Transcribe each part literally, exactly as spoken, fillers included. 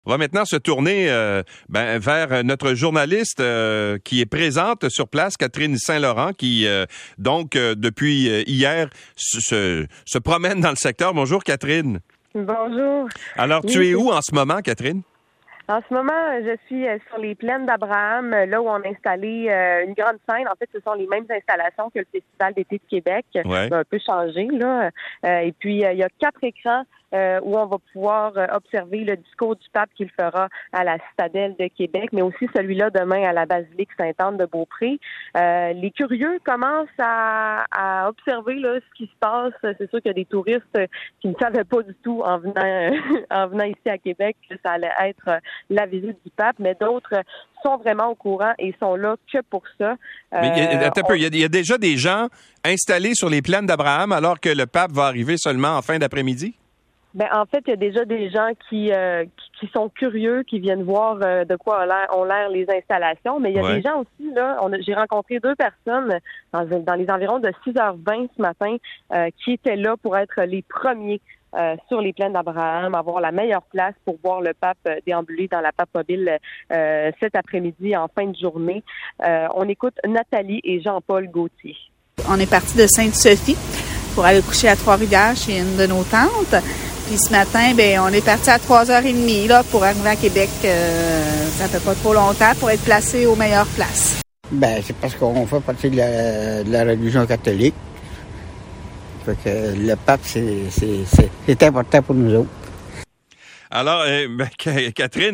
On va maintenant se tourner euh, ben, vers notre journaliste euh, qui est présente sur place, Catherine Saint-Laurent, qui euh, donc euh, depuis hier se, se promène dans le secteur. Bonjour Catherine. Bonjour. Alors tu oui, es où en ce moment, Catherine? En ce moment, je suis sur les plaines d'Abraham, là où on a installé euh, une grande scène. En fait, ce sont les mêmes installations que le Festival d'été de Québec. Ouais. Ça a un peu changé, là. Euh, et puis, euh, il y a quatre écrans euh, où on va pouvoir euh, observer le discours du pape qu'il fera à la Citadelle de Québec, mais aussi celui-là demain à la Basilique Sainte-Anne de Beaupré. Euh, les curieux commencent à, à observer là, ce qui se passe. C'est sûr qu'il y a des touristes qui ne savaient pas du tout en venant, en venant ici à Québec que ça allait être la visite du pape, mais d'autres sont vraiment au courant et sont là que pour ça. Mais il y a, attends un on... peu, il y, a, il y a déjà des gens installés sur les plaines d'Abraham alors que le pape va arriver seulement en fin d'après-midi? Ben en fait, il y a déjà des gens qui euh, qui, qui sont curieux, qui viennent voir euh, de quoi ont l'air, ont l'air les installations, mais il y a ouais. des gens aussi là. On a, j'ai rencontré deux personnes dans, dans les environs de six heures vingt ce matin euh, qui étaient là pour être les premiers euh, sur les plaines d'Abraham, avoir la meilleure place pour voir le pape euh, déambuler dans la Papabile euh, cet après-midi en fin de journée. Euh, on écoute Nathalie et Jean-Paul Gauthier. On est parti de Sainte-Sophie pour aller coucher à Trois-Rivières chez une de nos tantes. Puis ce matin, ben on est parti à trois heures trente là, pour arriver à Québec. Euh, ça fait pas trop longtemps pour être placé aux meilleures places. Ben c'est parce qu'on fait partie de la, de la religion catholique. Fait que le pape, c'est, c'est, c'est, c'est important pour nous autres. Alors, euh, ben, Catherine,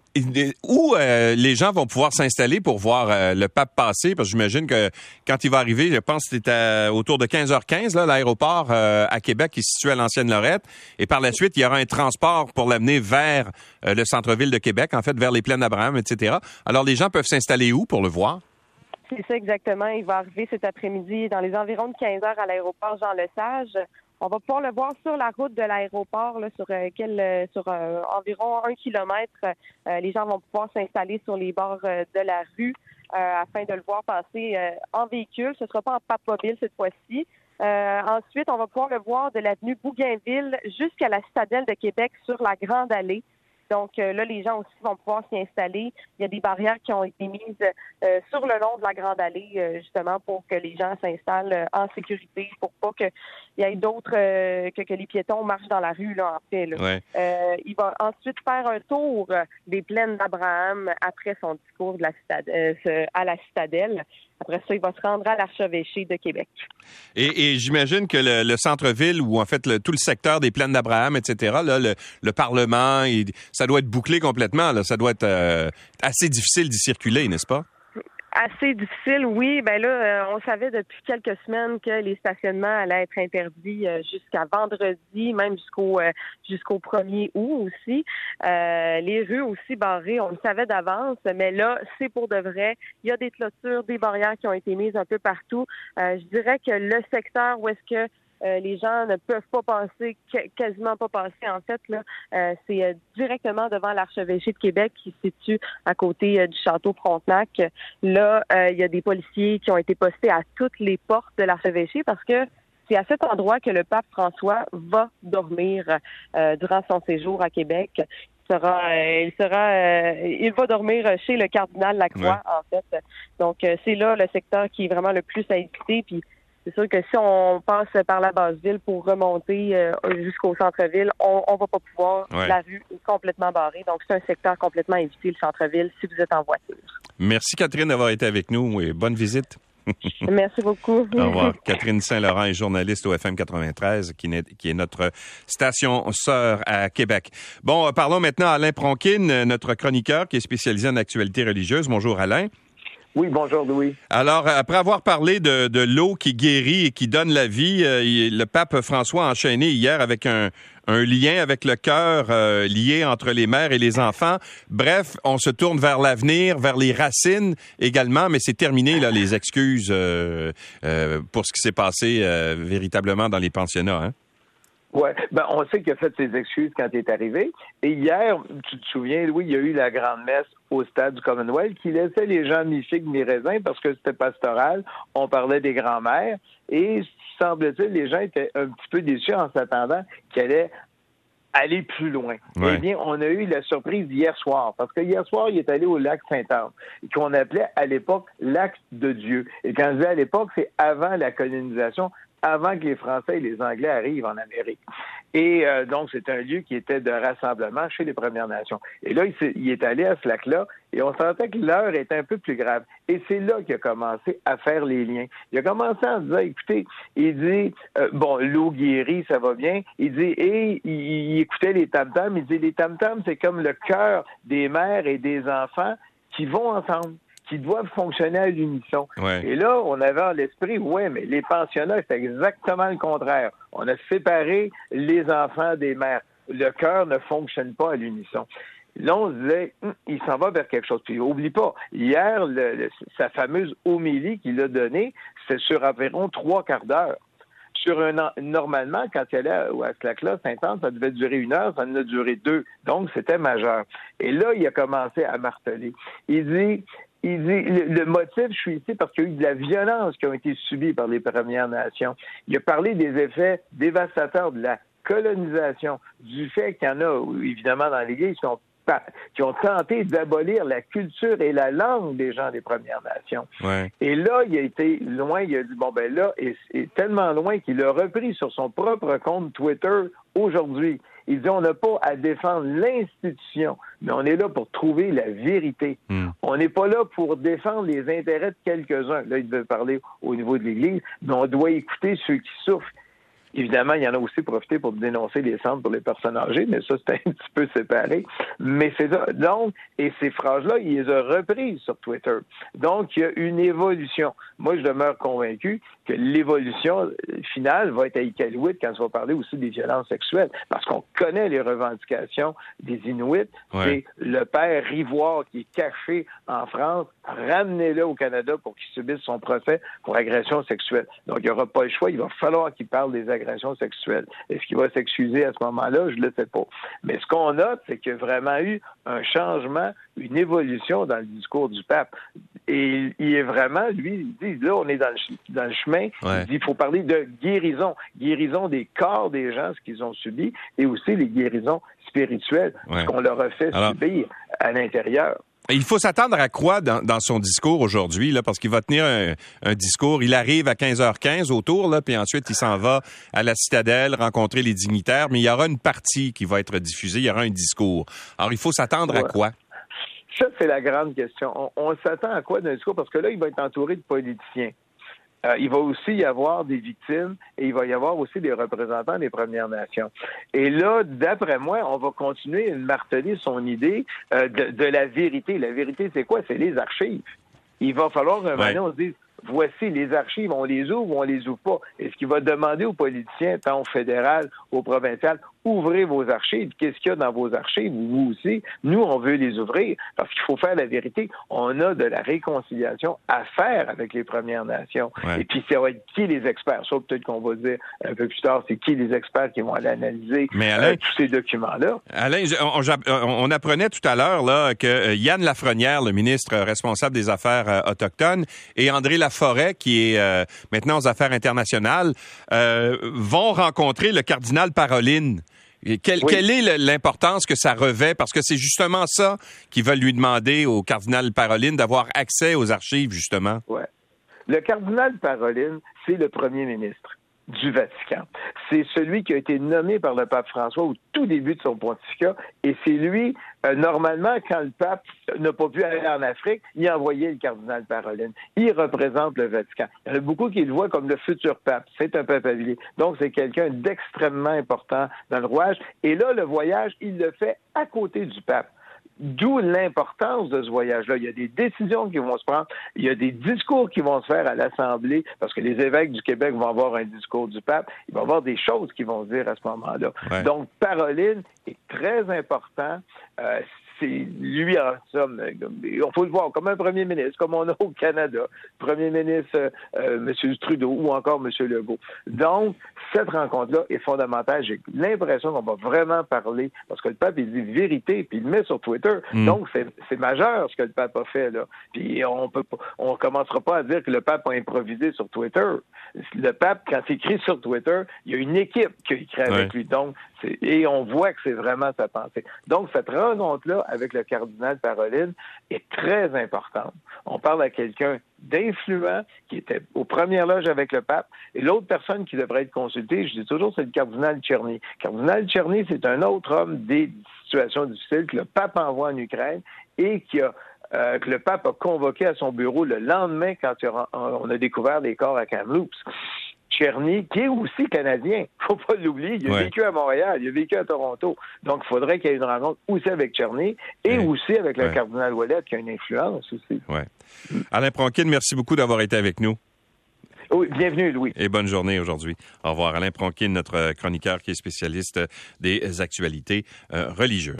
où euh, les gens vont pouvoir s'installer pour voir euh, le pape passer? Parce que j'imagine que quand il va arriver, je pense que c'était à, autour de quinze heures quinze, là, l'aéroport euh, à Québec qui est situé à l'Ancienne-Lorette. Et par la suite, il y aura un transport pour l'amener vers euh, le centre-ville de Québec, en fait, vers les plaines d'Abraham, et cetera. Alors, les gens peuvent s'installer où pour le voir? C'est ça exactement. Il va arriver cet après-midi dans les environs de quinze heures à l'aéroport Jean-Lesage. On va pouvoir le voir sur la route de l'aéroport, là, sur euh, quel, euh, sur euh, environ un kilomètre. Euh, les gens vont pouvoir s'installer sur les bords euh, de la rue euh, afin de le voir passer euh, en véhicule. Ce ne sera pas en Papabile cette fois-ci. Euh, ensuite, on va pouvoir le voir de l'avenue Bougainville jusqu'à la Citadelle de Québec sur la Grande Allée. Donc euh, là, les gens aussi vont pouvoir s'y installer. Il y a des barrières qui ont été mises euh, sur le long de la Grande Allée, euh, justement, pour que les gens s'installent euh, en sécurité, pour pas qu'il y ait d'autres, euh, que, que les piétons marchent dans la rue, là, en fait. Là. Ouais. Euh, il va ensuite faire un tour des plaines d'Abraham après son discours de la citadelle, euh, à la Citadelle. Après ça, il va se rendre à l'archevêché de Québec. Et, et j'imagine que le, le centre-ville, ou en fait le, tout le secteur des plaines d'Abraham, et cetera, là, le, le Parlement, il, ça doit être bouclé complètement. Là. Ça doit être euh, assez difficile d'y circuler, n'est-ce pas? Assez difficile, oui. Ben là, euh, on savait depuis quelques semaines que les stationnements allaient être interdits euh, jusqu'à vendredi, même jusqu'au euh, jusqu'au premier août aussi. Euh, les rues aussi barrées, on le savait d'avance, mais là, c'est pour de vrai. Il y a des clôtures, des barrières qui ont été mises un peu partout. Euh, je dirais que le secteur où est-ce que Euh, les gens ne peuvent pas passer, quasiment pas passer en fait, là, euh, c'est euh, directement devant l'archevêché de Québec qui se situe à côté euh, du château Frontenac. Là, euh, il y a des policiers qui ont été postés à toutes les portes de l'archevêché parce que c'est à cet endroit que le pape François va dormir euh, durant son séjour à Québec. Il sera, euh, il sera, euh, il va dormir chez le cardinal Lacroix, ouais. En fait. Donc, euh, c'est là le secteur qui est vraiment le plus à éviter, puis c'est sûr que si on passe par la basse-ville pour remonter euh, jusqu'au centre-ville, on on va pas pouvoir. Ouais. La rue est complètement barrée. Donc, c'est un secteur complètement à éviter, le centre-ville, si vous êtes en voiture. Merci, Catherine, d'avoir été avec nous et bonne visite. Merci beaucoup. Au revoir. Catherine Saint-Laurent est journaliste au F M quatre-vingt-treize, qui est, qui est notre station sœur à Québec. Bon, parlons maintenant à Alain Pronkin, notre chroniqueur qui est spécialisé en actualité religieuse. Bonjour, Alain. Oui, bonjour Louis. Alors, après avoir parlé de, de l'eau qui guérit et qui donne la vie, euh, le pape François a enchaîné hier avec un, un lien avec le cœur euh, lié entre les mères et les enfants. Bref, on se tourne vers l'avenir, vers les racines également, mais c'est terminé, là, les excuses euh, euh, pour ce qui s'est passé euh, véritablement dans les pensionnats, hein? Oui, ben on sait qu'il a fait ses excuses quand il est arrivé. Et hier, tu te souviens, Louis, il y a eu la grande messe au stade du Commonwealth qui laissait les gens mi-figues, mi-raisins parce que c'était pastoral. On parlait des grands-mères. Et semble-t-il, les gens étaient un petit peu déçus en s'attendant qu'il allait aller plus loin. Ouais. Eh bien, on a eu la surprise hier soir, parce que hier soir, il est allé au lac Sainte-Anne, qu'on appelait à l'époque lac de Dieu. Et quand je dis à l'époque, c'est avant la colonisation, avant que les Français et les Anglais arrivent en Amérique. Et euh, donc, c'est un lieu qui était de rassemblement chez les Premières Nations. Et là, il, s'est, il est allé à ce lac-là, et on sentait que l'heure était un peu plus grave. Et c'est là qu'il a commencé à faire les liens. Il a commencé en disant, écoutez, il dit, euh, bon, l'eau guérit, ça va bien. Il dit, et il, il écoutait les tam-tams. Il dit, les tam-tams, c'est comme le cœur des mères et des enfants qui vont ensemble, qui doivent fonctionner à l'unisson. Ouais. Et là, on avait à l'esprit, ouais, mais les pensionnats, c'est exactement le contraire. On a séparé les enfants des mères. Le cœur ne fonctionne pas à l'unisson. Là, on se disait, hum, il s'en va vers quelque chose. Puis, oublie pas, hier, le, le, sa fameuse homélie qu'il a donnée, c'est sur environ trois quarts d'heure. Sur un an, normalement, quand il allait à, à ce lac-là, Sainte-Anne, ça devait durer une heure, ça en a duré deux. Donc, c'était majeur. Et là, il a commencé à marteler. Il dit, il dit, le, le motif, je suis ici parce qu'il y a eu de la violence qui a été subie par les Premières Nations. Il a parlé des effets dévastateurs de la colonisation, du fait qu'il y en a, évidemment, dans l'Église, qui ont qui ont tenté d'abolir la culture et la langue des gens des Premières Nations. Ouais. Et là, il a été loin, il a dit, bon, ben là, et, et tellement loin qu'il a repris sur son propre compte Twitter aujourd'hui. Il dit, on n'a pas à défendre l'institution, mais on est là pour trouver la vérité. Mm. On n'est pas là pour défendre les intérêts de quelques-uns. Là, il devait parler au niveau de l'Église, mais on doit écouter ceux qui souffrent. Évidemment, il y en a aussi profité pour dénoncer les centres pour les personnes âgées, mais ça, c'est un petit peu séparé. Mais c'est ça. Donc, et ces phrases-là, il les a reprises sur Twitter. Donc, il y a une évolution. Moi, je demeure convaincu que l'évolution finale va être à Iqaluit quand on va parler aussi des violences sexuelles. Parce qu'on connaît les revendications des Inuits. Ouais. C'est le père Rivoire qui est caché en France, ramenez-le au Canada pour qu'il subisse son procès pour agression sexuelle. Donc, il n'y aura pas le choix. Il va falloir qu'il parle des agressions sexuelles. Est-ce qu'il va s'excuser à ce moment-là? Je ne le sais pas. Mais ce qu'on note, c'est qu'il y a vraiment eu un changement, une évolution dans le discours du pape. Et il est vraiment, lui, il dit, là, on est dans le, dans le chemin. Ouais. Il dit, il faut parler de guérison. Guérison des corps des gens, ce qu'ils ont subi, et aussi les guérisons spirituelles, ouais. ce qu'on leur a fait Alors... subir à l'intérieur. Il faut s'attendre à quoi dans, dans son discours aujourd'hui, là, parce qu'il va tenir un, un discours. Il arrive à quinze heures quinze autour, là, puis ensuite il s'en va à la Citadelle rencontrer les dignitaires. Mais il y aura une partie qui va être diffusée. Il y aura un discours. Alors, il faut s'attendre ouais. à quoi? Ça, c'est la grande question. On, on s'attend à quoi d'un discours? Parce que là, il va être entouré de politiciens. Euh, il va aussi y avoir des victimes et il va y avoir aussi des représentants des Premières Nations. Et là, d'après moi, on va continuer à marteler son idée euh, de, de la vérité. La vérité, c'est quoi? C'est les archives. Il va falloir un moment, on se dise, voici les archives, on les ouvre ou on les ouvre pas. Et ce qu'il va demander aux politiciens, tant au fédéral, au provincial, ouvrez vos archives. Qu'est-ce qu'il y a dans vos archives? Vous aussi, nous, on veut les ouvrir parce qu'il faut faire la vérité. On a de la réconciliation à faire avec les Premières Nations. Ouais. Et puis, ça va être qui les experts? Ça, peut-être qu'on va dire un peu plus tard, c'est qui les experts qui vont aller analyser Mais Alain, euh, tous ces documents-là. Alain, on, on, on apprenait tout à l'heure là que Yann Lafrenière, le ministre responsable des Affaires euh, autochtones, et André Laforêt, qui est euh, maintenant aux Affaires internationales, euh, vont rencontrer le cardinal Parolin. Quelle, oui. quelle est l'importance que ça revêt? Parce que c'est justement ça qu'ils veulent lui demander au cardinal Parolin, d'avoir accès aux archives, justement. Oui. Le cardinal Parolin, c'est le premier ministre du Vatican. C'est celui qui a été nommé par le pape François au tout début de son pontificat, et c'est lui, euh, normalement, quand le pape n'a pas pu aller en Afrique, il a envoyé le cardinal Parolin. Il représente le Vatican. Il y en a beaucoup qui le voient comme le futur pape. C'est un pape habilité. Donc, c'est quelqu'un d'extrêmement important dans le rouage. Et là, le voyage, il le fait à côté du pape. D'où l'importance de ce voyage-là. Il y a des décisions qui vont se prendre, il y a des discours qui vont se faire à l'Assemblée, parce que les évêques du Québec vont avoir un discours du pape, il va y avoir des choses qu'ils vont dire à ce moment-là. Ouais. Donc, Parolin est très important. Euh, c'est lui, en somme, on peut le voir comme un premier ministre, comme on a au Canada, premier ministre euh, M. Trudeau ou encore M. Legault. Donc, cette rencontre-là est fondamentale. J'ai l'impression qu'on va vraiment parler, parce que le pape, il dit vérité, puis il le met sur Twitter. Twitter. Mm. Donc, c'est, c'est majeur ce que le pape a fait, là. Puis on peut on commencera pas à dire que le pape a improvisé sur Twitter. Le pape, quand il écrit sur Twitter, il y a une équipe qui écrit avec ouais. lui. Donc, c'est, et on voit que c'est vraiment sa pensée. Donc, cette rencontre-là avec le cardinal Parolin est très importante. On parle à quelqu'un d'influent qui était aux premières loges avec le pape. Et l'autre personne qui devrait être consultée, je dis toujours, c'est le cardinal Tcherny. Le cardinal Tcherny, c'est un autre homme des situations difficiles que le pape envoie en Ukraine et qui a Euh, que le pape a convoqué à son bureau le lendemain quand on a découvert des corps à Kamloops. Tcherny, qui est aussi canadien, faut pas l'oublier, il a ouais. vécu à Montréal, il a vécu à Toronto. Donc, il faudrait qu'il y ait une rencontre aussi avec Tcherny et ouais. aussi avec le ouais. cardinal Ouellet, qui a une influence aussi. Ouais. Alain Pronkin, merci beaucoup d'avoir été avec nous. Oui, bienvenue, Louis. Et bonne journée aujourd'hui. Au revoir. Alain Pronkin, notre chroniqueur qui est spécialiste des actualités euh, religieuses.